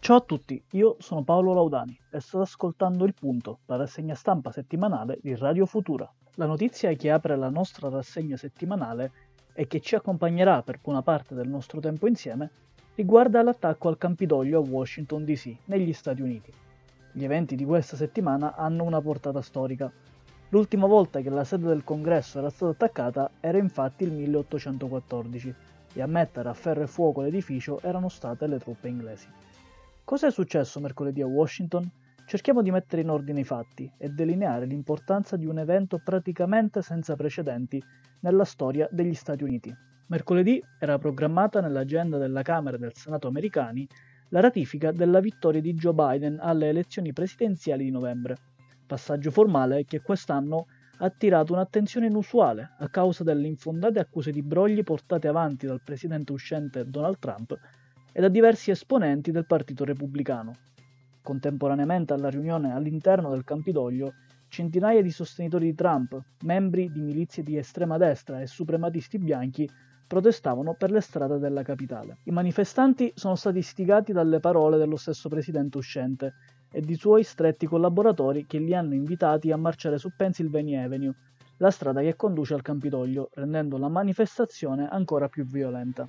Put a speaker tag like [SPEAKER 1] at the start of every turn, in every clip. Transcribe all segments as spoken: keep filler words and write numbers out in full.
[SPEAKER 1] Ciao a tutti, io sono Paolo Laudani e state ascoltando Il Punto, la rassegna stampa settimanale di Radio Futura. La notizia che apre la nostra rassegna settimanale e che ci accompagnerà per buona parte del nostro tempo insieme riguarda l'attacco al Campidoglio a Washington D C, negli Stati Uniti. Gli eventi di questa settimana hanno una portata storica. L'ultima volta che la sede del Congresso era stata attaccata era infatti il milleottocentoquattordici e a mettere a ferro e fuoco l'edificio erano state le truppe inglesi. Cosa è successo mercoledì a Washington? Cerchiamo di mettere in ordine i fatti e delineare l'importanza di un evento praticamente senza precedenti nella storia degli Stati Uniti. Mercoledì era programmata nell'agenda della Camera e del Senato americani la ratifica della vittoria di Joe Biden alle elezioni presidenziali di novembre, passaggio formale che quest'anno ha attirato un'attenzione inusuale a causa delle infondate accuse di brogli portate avanti dal presidente uscente Donald Trump e da diversi esponenti del Partito Repubblicano. Contemporaneamente alla riunione all'interno del Campidoglio, centinaia di sostenitori di Trump, membri di milizie di estrema destra e suprematisti bianchi protestavano per le strade della capitale. I manifestanti sono stati istigati dalle parole dello stesso presidente uscente e di suoi stretti collaboratori che li hanno invitati a marciare su Pennsylvania Avenue, la strada che conduce al Campidoglio, rendendo la manifestazione ancora più violenta.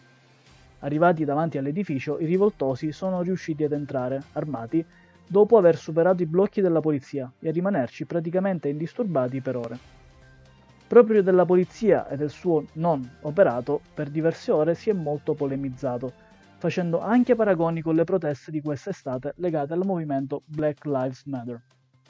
[SPEAKER 1] Arrivati davanti all'edificio, i rivoltosi sono riusciti ad entrare, armati, dopo aver superato i blocchi della polizia e a rimanerci praticamente indisturbati per ore. Proprio della polizia e del suo non operato, per diverse ore si è molto polemizzato, facendo anche paragoni con le proteste di quest'estate legate al movimento Black Lives Matter.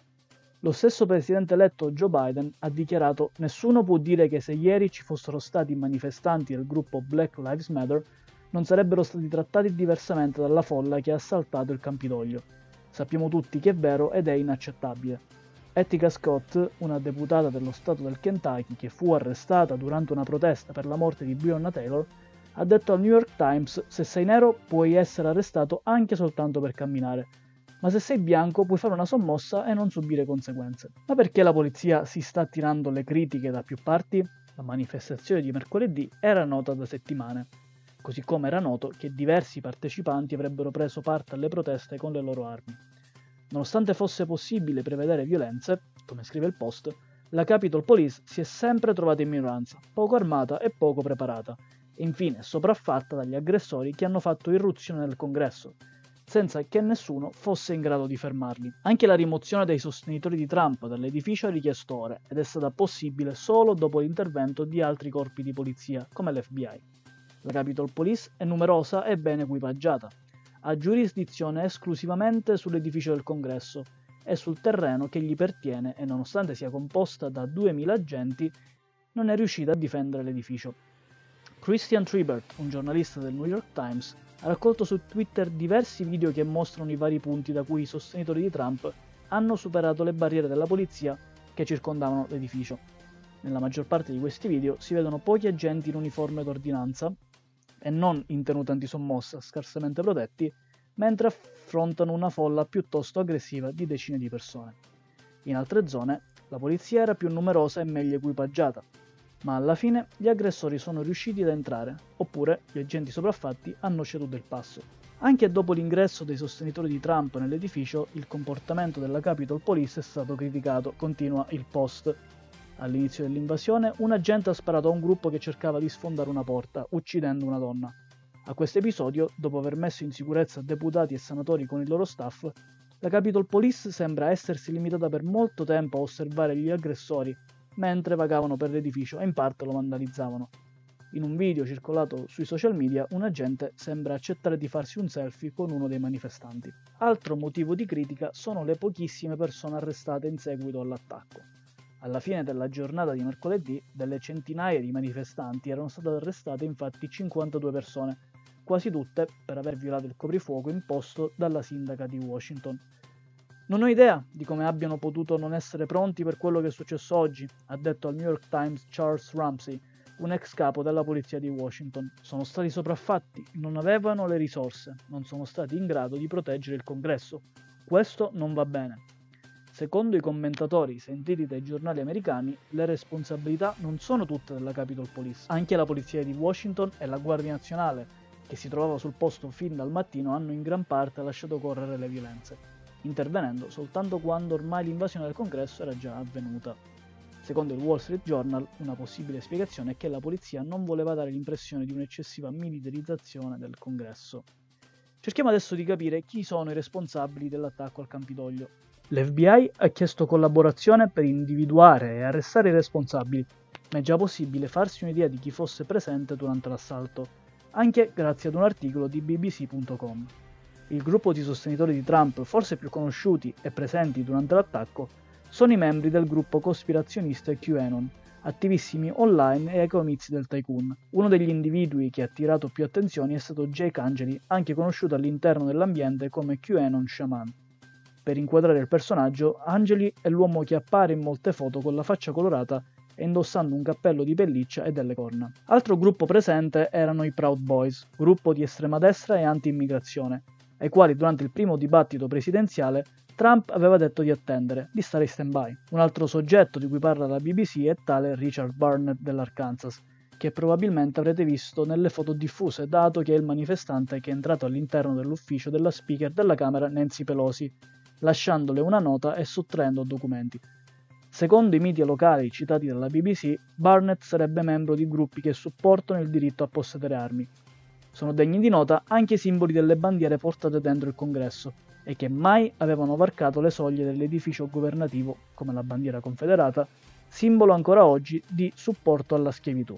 [SPEAKER 1] Lo stesso presidente eletto Joe Biden ha dichiarato: «Nessuno può dire che se ieri ci fossero stati manifestanti del gruppo Black Lives Matter non sarebbero stati trattati diversamente dalla folla che ha assaltato il Campidoglio. Sappiamo tutti che è vero ed è inaccettabile». Etika Scott, una deputata dello stato del Kentucky che fu arrestata durante una protesta per la morte di Breonna Taylor, ha detto al New York Times: «Se sei nero puoi essere arrestato anche soltanto per camminare, ma se sei bianco puoi fare una sommossa e non subire conseguenze». Ma perché la polizia si sta attirando le critiche da più parti? La manifestazione di mercoledì era nota da settimane, così come era noto che diversi partecipanti avrebbero preso parte alle proteste con le loro armi. Nonostante fosse possibile prevedere violenze, come scrive il Post, la Capitol Police si è sempre trovata in minoranza, poco armata e poco preparata, e infine sopraffatta dagli aggressori che hanno fatto irruzione nel Congresso, senza che nessuno fosse in grado di fermarli. Anche la rimozione dei sostenitori di Trump dall'edificio ha richiesto ore, ed è stata possibile solo dopo l'intervento di altri corpi di polizia, come l'F B I. La Capitol Police è numerosa e ben equipaggiata. Ha giurisdizione esclusivamente sull'edificio del Congresso e sul terreno che gli pertiene e, nonostante sia composta da duemila agenti, non è riuscita a difendere l'edificio. Christian Tribert, un giornalista del New York Times, ha raccolto su Twitter diversi video che mostrano i vari punti da cui i sostenitori di Trump hanno superato le barriere della polizia che circondavano l'edificio. Nella maggior parte di questi video si vedono pochi agenti in uniforme d'ordinanza e non in tenuta antisommossa, scarsamente protetti, mentre affrontano una folla piuttosto aggressiva di decine di persone. In altre zone la polizia era più numerosa e meglio equipaggiata, ma alla fine gli aggressori sono riusciti ad entrare, oppure gli agenti sopraffatti hanno ceduto il passo. Anche dopo l'ingresso dei sostenitori di Trump nell'edificio, il comportamento della Capitol Police è stato criticato, continua il Post. All'inizio dell'invasione, un agente ha sparato a un gruppo che cercava di sfondare una porta, uccidendo una donna. A questo episodio, dopo aver messo in sicurezza deputati e senatori con il loro staff, la Capitol Police sembra essersi limitata per molto tempo a osservare gli aggressori mentre vagavano per l'edificio e in parte lo vandalizzavano. In un video circolato sui social media, un agente sembra accettare di farsi un selfie con uno dei manifestanti. Altro motivo di critica sono le pochissime persone arrestate in seguito all'attacco. Alla fine della giornata di mercoledì, delle centinaia di manifestanti erano state arrestate infatti cinquantadue persone, quasi tutte per aver violato il coprifuoco imposto dalla sindaca di Washington. «Non ho idea di come abbiano potuto non essere pronti per quello che è successo oggi», ha detto al New York Times Charles Ramsey, un ex capo della polizia di Washington. «Sono stati sopraffatti, non avevano le risorse, non sono stati in grado di proteggere il Congresso. Questo non va bene». Secondo i commentatori sentiti dai giornali americani, le responsabilità non sono tutte della Capitol Police. Anche la polizia di Washington e la Guardia Nazionale che si trovava sul posto fin dal mattino, hanno in gran parte lasciato correre le violenze, intervenendo soltanto quando ormai l'invasione del congresso era già avvenuta. Secondo il Wall Street Journal, una possibile spiegazione è che la polizia non voleva dare l'impressione di un'eccessiva militarizzazione del congresso. Cerchiamo adesso di capire chi sono i responsabili dell'attacco al Campidoglio. L'F B I ha chiesto collaborazione per individuare e arrestare i responsabili, ma è già possibile farsi un'idea di chi fosse presente durante l'assalto, anche grazie ad un articolo di B B C punto com. Il gruppo di sostenitori di Trump, forse più conosciuti e presenti durante l'attacco, sono i membri del gruppo cospirazionista QAnon, attivissimi online e ai comizi del tycoon. Uno degli individui che ha attirato più attenzioni è stato Jake Angeli, anche conosciuto all'interno dell'ambiente come QAnon Shaman. Per inquadrare il personaggio, Angeli è l'uomo che appare in molte foto con la faccia colorata e indossando un cappello di pelliccia e delle corna. Altro gruppo presente erano i Proud Boys, gruppo di estrema destra e anti-immigrazione, ai quali durante il primo dibattito presidenziale Trump aveva detto di attendere, di stare in stand-by. Un altro soggetto di cui parla la B B C è tale Richard Barnett dell'Arkansas, che probabilmente avrete visto nelle foto diffuse, dato che è il manifestante che è entrato all'interno dell'ufficio della Speaker della Camera Nancy Pelosi, lasciandole una nota e sottraendo documenti. Secondo i media locali citati dalla B B C, Barnett sarebbe membro di gruppi che supportano il diritto a possedere armi. Sono degni di nota anche i simboli delle bandiere portate dentro il congresso e che mai avevano varcato le soglie dell'edificio governativo, come la bandiera confederata, simbolo ancora oggi di supporto alla schiavitù.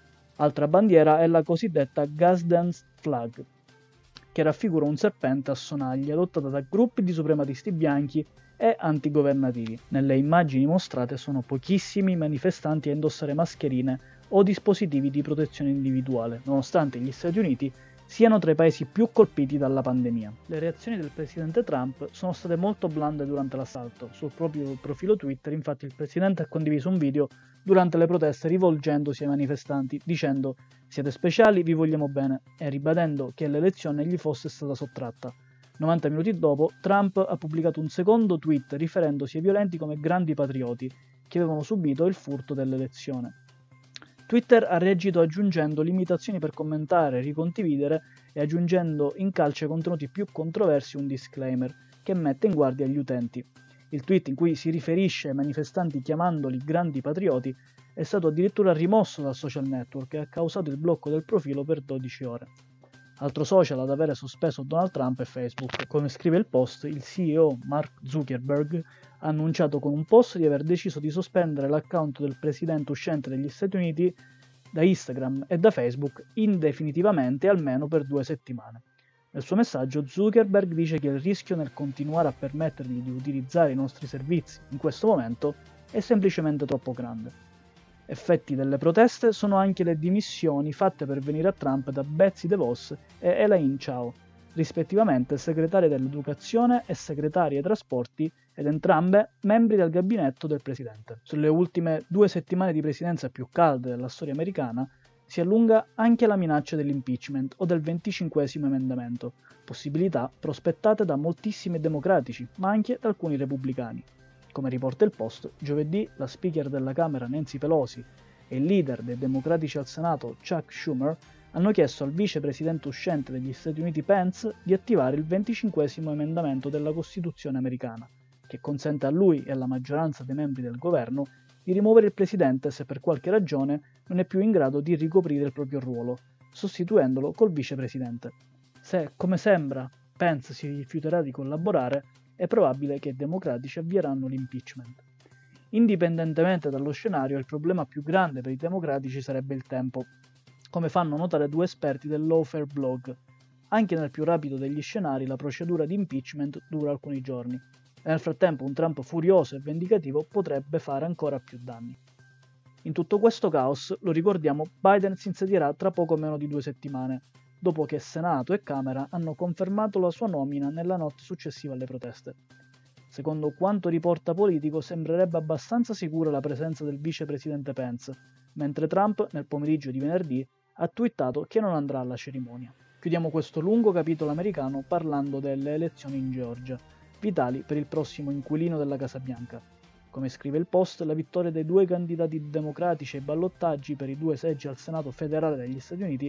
[SPEAKER 1] Altra bandiera è la cosiddetta Gadsden's Flag, che raffigura un serpente a sonagli adottata da gruppi di suprematisti bianchi e antigovernativi. Nelle immagini mostrate sono pochissimi manifestanti a indossare mascherine o dispositivi di protezione individuale, nonostante gli Stati Uniti siano tra i paesi più colpiti dalla pandemia. Le reazioni del presidente Trump sono state molto blande durante l'assalto. Sul proprio profilo Twitter, infatti, il presidente ha condiviso un video durante le proteste rivolgendosi ai manifestanti, dicendo «Siete speciali, vi vogliamo bene» e ribadendo che l'elezione gli fosse stata sottratta. novanta minuti dopo, Trump ha pubblicato un secondo tweet riferendosi ai violenti come grandi patrioti che avevano subito il furto dell'elezione. Twitter ha reagito aggiungendo limitazioni per commentare, ricondividere e aggiungendo in calce contenuti più controversi un disclaimer che mette in guardia gli utenti. Il tweet in cui si riferisce ai manifestanti chiamandoli grandi patrioti è stato addirittura rimosso dal social network e ha causato il blocco del profilo per dodici ore. Altro social ad avere sospeso Donald Trump è Facebook. Come scrive il post, il C E O Mark Zuckerberg ha annunciato con un post di aver deciso di sospendere l'account del presidente uscente degli Stati Uniti da Instagram e da Facebook indefinitivamente almeno per due settimane. Nel suo messaggio Zuckerberg dice che il rischio nel continuare a permettergli di utilizzare i nostri servizi in questo momento è semplicemente troppo grande. Effetti delle proteste sono anche le dimissioni fatte per venire a Trump da Betsy DeVos e Elaine Chao, rispettivamente segretarie dell'educazione e segretarie ai trasporti ed entrambe membri del gabinetto del presidente. Sulle ultime due settimane di presidenza più calde della storia americana si allunga anche la minaccia dell'impeachment o del venticinquesimo emendamento, possibilità prospettate da moltissimi democratici, ma anche da alcuni repubblicani. Come riporta il Post, giovedì la Speaker della Camera Nancy Pelosi e il leader dei democratici al Senato Chuck Schumer hanno chiesto al vicepresidente uscente degli Stati Uniti Pence di attivare il venticinquesimo emendamento della Costituzione americana, che consente a lui e alla maggioranza dei membri del governo di rimuovere il presidente se per qualche ragione non è più in grado di ricoprire il proprio ruolo, sostituendolo col vicepresidente. Se, come sembra, Pence si rifiuterà di collaborare, è probabile che i democratici avvieranno l'impeachment. Indipendentemente dallo scenario, il problema più grande per i democratici sarebbe il tempo, come fanno notare due esperti del Lawfare blog. Anche nel più rapido degli scenari la procedura di impeachment dura alcuni giorni, e nel frattempo un Trump furioso e vendicativo potrebbe fare ancora più danni. In tutto questo caos, lo ricordiamo, Biden si insedierà tra poco meno di due settimane, dopo che Senato e Camera hanno confermato la sua nomina nella notte successiva alle proteste. Secondo quanto riporta Politico, sembrerebbe abbastanza sicura la presenza del vicepresidente Pence, mentre Trump, nel pomeriggio di venerdì, ha twittato che non andrà alla cerimonia. Chiudiamo questo lungo capitolo americano parlando delle elezioni in Georgia, vitali per il prossimo inquilino della Casa Bianca. Come scrive il Post, la vittoria dei due candidati democratici ai ballottaggi per i due seggi al Senato federale degli Stati Uniti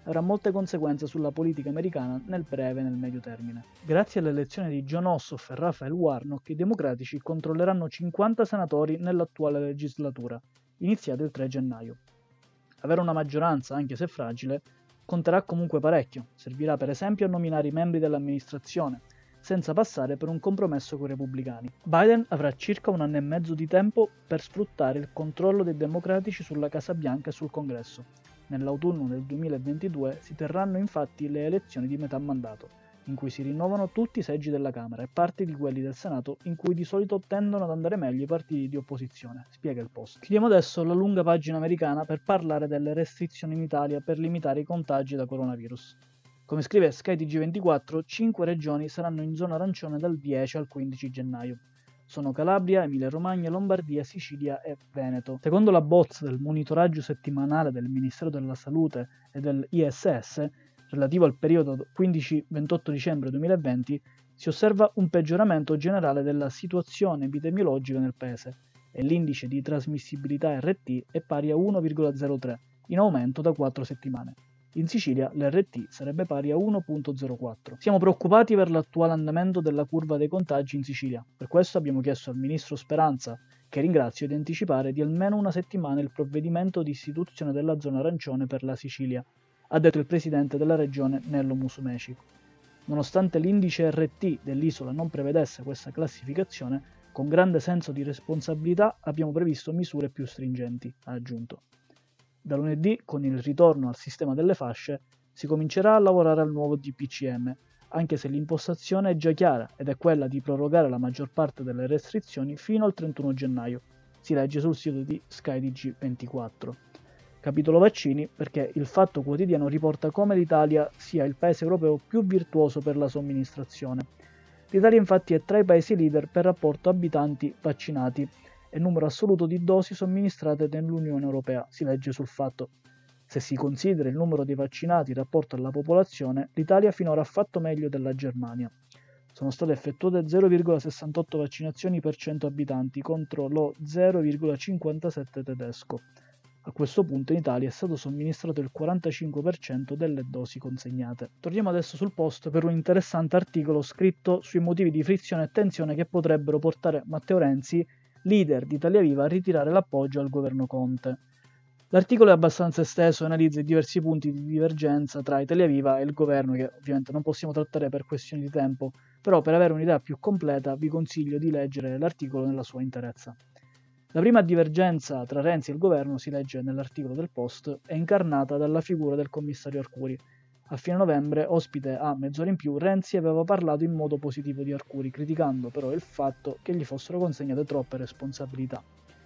[SPEAKER 1] avrà molte conseguenze sulla politica americana nel breve e nel medio termine. Grazie all'elezione di Jon Ossoff e Raphael Warnock, i democratici controlleranno cinquanta senatori nell'attuale legislatura, iniziata il tre gennaio. Avere una maggioranza, anche se fragile, conterà comunque parecchio, servirà per esempio a nominare i membri dell'amministrazione, senza passare per un compromesso con i repubblicani. Biden avrà circa un anno e mezzo di tempo per sfruttare il controllo dei democratici sulla Casa Bianca e sul Congresso. Nell'autunno del duemilaventidue si terranno infatti le elezioni di metà mandato, in cui si rinnovano tutti i seggi della Camera e parti di quelli del Senato in cui di solito tendono ad andare meglio i partiti di opposizione, spiega il Post. Chiudiamo adesso la lunga pagina americana per parlare delle restrizioni in Italia per limitare i contagi da coronavirus. Come scrive Sky T G ventiquattro, cinque regioni saranno in zona arancione dal dieci al quindici gennaio. Sono Calabria, Emilia-Romagna, Lombardia, Sicilia e Veneto. Secondo la bozza del monitoraggio settimanale del Ministero della Salute e del I S S, relativo al periodo quindici ventotto dicembre duemilaventi, si osserva un peggioramento generale della situazione epidemiologica nel paese e l'indice di trasmissibilità R T è pari a uno virgola zero tre, in aumento da quattro settimane. In Sicilia l'R T sarebbe pari a uno virgola zero quattro. Siamo preoccupati per l'attuale andamento della curva dei contagi in Sicilia. Per questo abbiamo chiesto al ministro Speranza, che ringrazio, di anticipare di almeno una settimana il provvedimento di istituzione della zona arancione per la Sicilia, ha detto il presidente della regione Nello Musumeci. Nonostante l'indice R T dell'isola non prevedesse questa classificazione, con grande senso di responsabilità abbiamo previsto misure più stringenti, ha aggiunto. Da lunedì, con il ritorno al sistema delle fasce, si comincerà a lavorare al nuovo D P C M, anche se l'impostazione è già chiara ed è quella di prorogare la maggior parte delle restrizioni fino al trentuno gennaio, si legge sul sito di Sky T G ventiquattro. Capitolo vaccini, perché il Fatto Quotidiano riporta come l'Italia sia il paese europeo più virtuoso per la somministrazione. L'Italia infatti è tra i paesi leader per rapporto abitanti vaccinati e numero assoluto di dosi somministrate nell'Unione Europea, si legge sul Fatto. Se si considera il numero dei vaccinati in rapporto alla popolazione, l'Italia finora ha fatto meglio della Germania. Sono state effettuate zero virgola sessantotto vaccinazioni per cento abitanti contro lo zero virgola cinquantasette tedesco. A questo punto in Italia è stato somministrato il quarantacinque per cento delle dosi consegnate. Torniamo adesso sul Post per un interessante articolo scritto sui motivi di frizione e tensione che potrebbero portare Matteo Renzi, leader di Italia Viva, a ritirare l'appoggio al governo Conte. L'articolo è abbastanza esteso e analizza i diversi punti di divergenza tra Italia Viva e il governo, che ovviamente non possiamo trattare per questioni di tempo, però per avere un'idea più completa vi consiglio di leggere l'articolo nella sua interezza. La prima divergenza tra Renzi e il governo, si legge nell'articolo del Post, è incarnata dalla figura del commissario Arcuri. A fine novembre, ospite a Mezz'ora in più, Renzi aveva parlato in modo positivo di Arcuri, criticando però il fatto che gli fossero consegnate troppe responsabilità.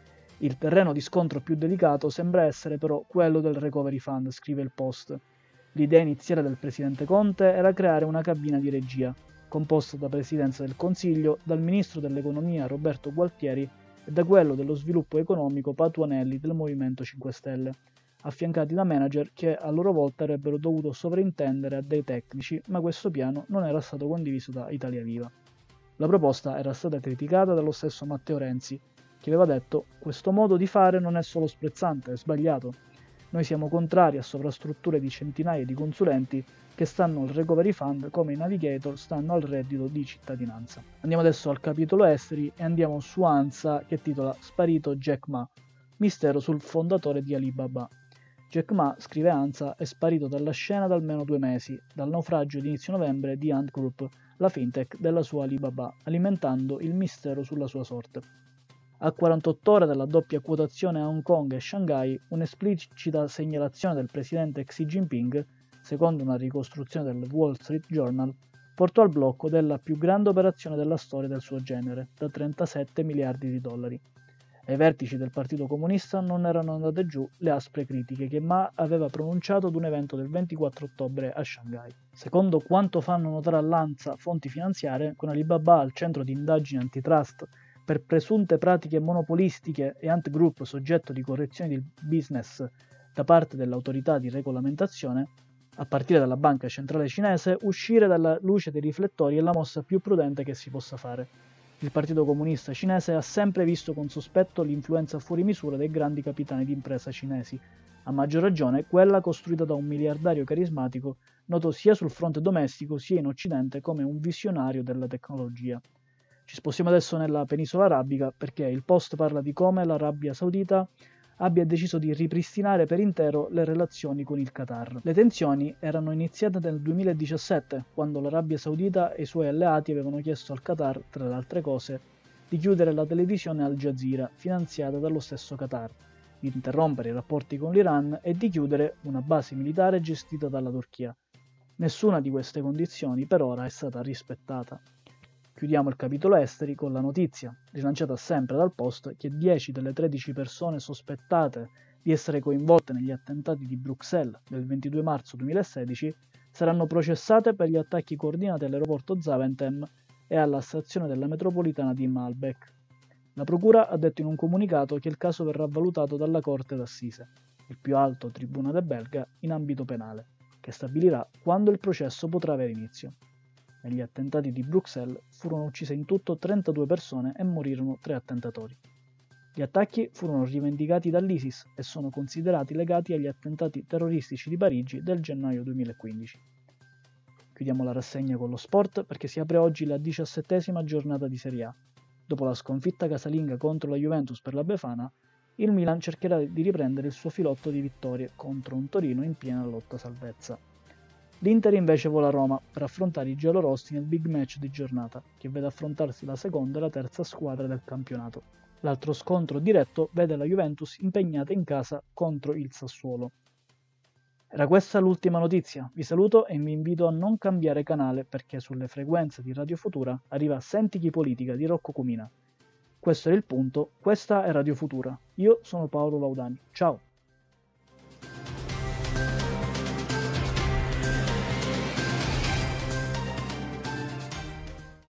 [SPEAKER 1] Il terreno di scontro più delicato sembra essere però quello del Recovery Fund, scrive il Post. L'idea iniziale del presidente Conte era creare una cabina di regia, composta da Presidenza del Consiglio, dal ministro dell'Economia Roberto Gualtieri e da quello dello sviluppo economico Patuanelli del Movimento cinque Stelle, affiancati da manager che a loro volta avrebbero dovuto sovrintendere a dei tecnici, ma questo piano non era stato condiviso da Italia Viva. La proposta era stata criticata dallo stesso Matteo Renzi, che aveva detto: questo modo di fare non è solo sprezzante, è sbagliato. Noi siamo contrari a sovrastrutture di centinaia di consulenti che stanno al Recovery Fund come i navigator stanno al reddito di cittadinanza. Andiamo adesso al capitolo esteri e andiamo su ANSA, che titola Sparito Jack Ma, mistero sul fondatore di Alibaba. Jack Ma, scrive ANSA, è sparito dalla scena da almeno due mesi, dal naufragio di inizio novembre di Ant Group, la fintech della sua Alibaba, alimentando il mistero sulla sua sorte. A quarantotto ore dalla doppia quotazione a Hong Kong e Shanghai, un'esplicita segnalazione del presidente Xi Jinping, secondo una ricostruzione del Wall Street Journal, portò al blocco della più grande operazione della storia del suo genere, da trentasette miliardi di dollari. Ai vertici del Partito Comunista non erano andate giù le aspre critiche che Ma aveva pronunciato ad un evento del ventiquattro ottobre a Shanghai. Secondo quanto fanno notare all'ANSA fonti finanziarie, con Alibaba al centro di indagini antitrust per presunte pratiche monopolistiche e Ant Group soggetto di correzione di business da parte dell'autorità di regolamentazione, a partire dalla banca centrale cinese, uscire dalla luce dei riflettori è la mossa più prudente che si possa fare. Il Partito Comunista Cinese ha sempre visto con sospetto l'influenza fuori misura dei grandi capitani di impresa cinesi, A maggior ragione quella costruita da un miliardario carismatico noto sia sul fronte domestico sia in Occidente come un visionario della tecnologia. Ci spostiamo adesso nella penisola arabica perché il post parla di come l'Arabia Saudita abbia deciso di ripristinare per intero le relazioni con il Qatar. Le tensioni erano iniziate nel duemiladiciassette, quando l'Arabia Saudita e i suoi alleati avevano chiesto al Qatar, tra le altre cose, di chiudere la televisione Al Jazeera, finanziata dallo stesso Qatar, di interrompere i rapporti con l'Iran e di chiudere una base militare gestita dalla Turchia. Nessuna di queste condizioni per ora è stata rispettata. Chiudiamo il capitolo esteri con la notizia, rilanciata sempre dal Post, che dieci delle tredici persone sospettate di essere coinvolte negli attentati di Bruxelles del ventidue marzo duemilasedici saranno processate per gli attacchi coordinati all'aeroporto Zaventem e alla stazione della metropolitana di Malbec. La procura ha detto in un comunicato che il caso verrà valutato dalla Corte d'Assise, il più alto tribunale belga in ambito penale, che stabilirà quando il processo potrà avere inizio. Negli attentati di Bruxelles furono uccise in tutto trentadue persone e morirono tre attentatori. Gli attacchi furono rivendicati dall'ISIS e sono considerati legati agli attentati terroristici di Parigi del gennaio duemilaquindici. Chiudiamo la rassegna con lo sport perché si apre oggi la diciassettesima giornata di Serie A. Dopo la sconfitta casalinga contro la Juventus per la Befana, il Milan cercherà di riprendere il suo filotto di vittorie contro un Torino in piena lotta salvezza. L'Inter invece vola a Roma per affrontare i giallorossi nel big match di giornata, che vede affrontarsi la seconda e la terza squadra del campionato. L'altro scontro diretto vede la Juventus impegnata in casa contro il Sassuolo. Era questa l'ultima notizia, vi saluto e vi invito a non cambiare canale perché sulle frequenze di Radio Futura arriva Senti chi politica di Rocco Cumina. Questo è il punto, questa è Radio Futura, io sono Paolo Laudani, ciao!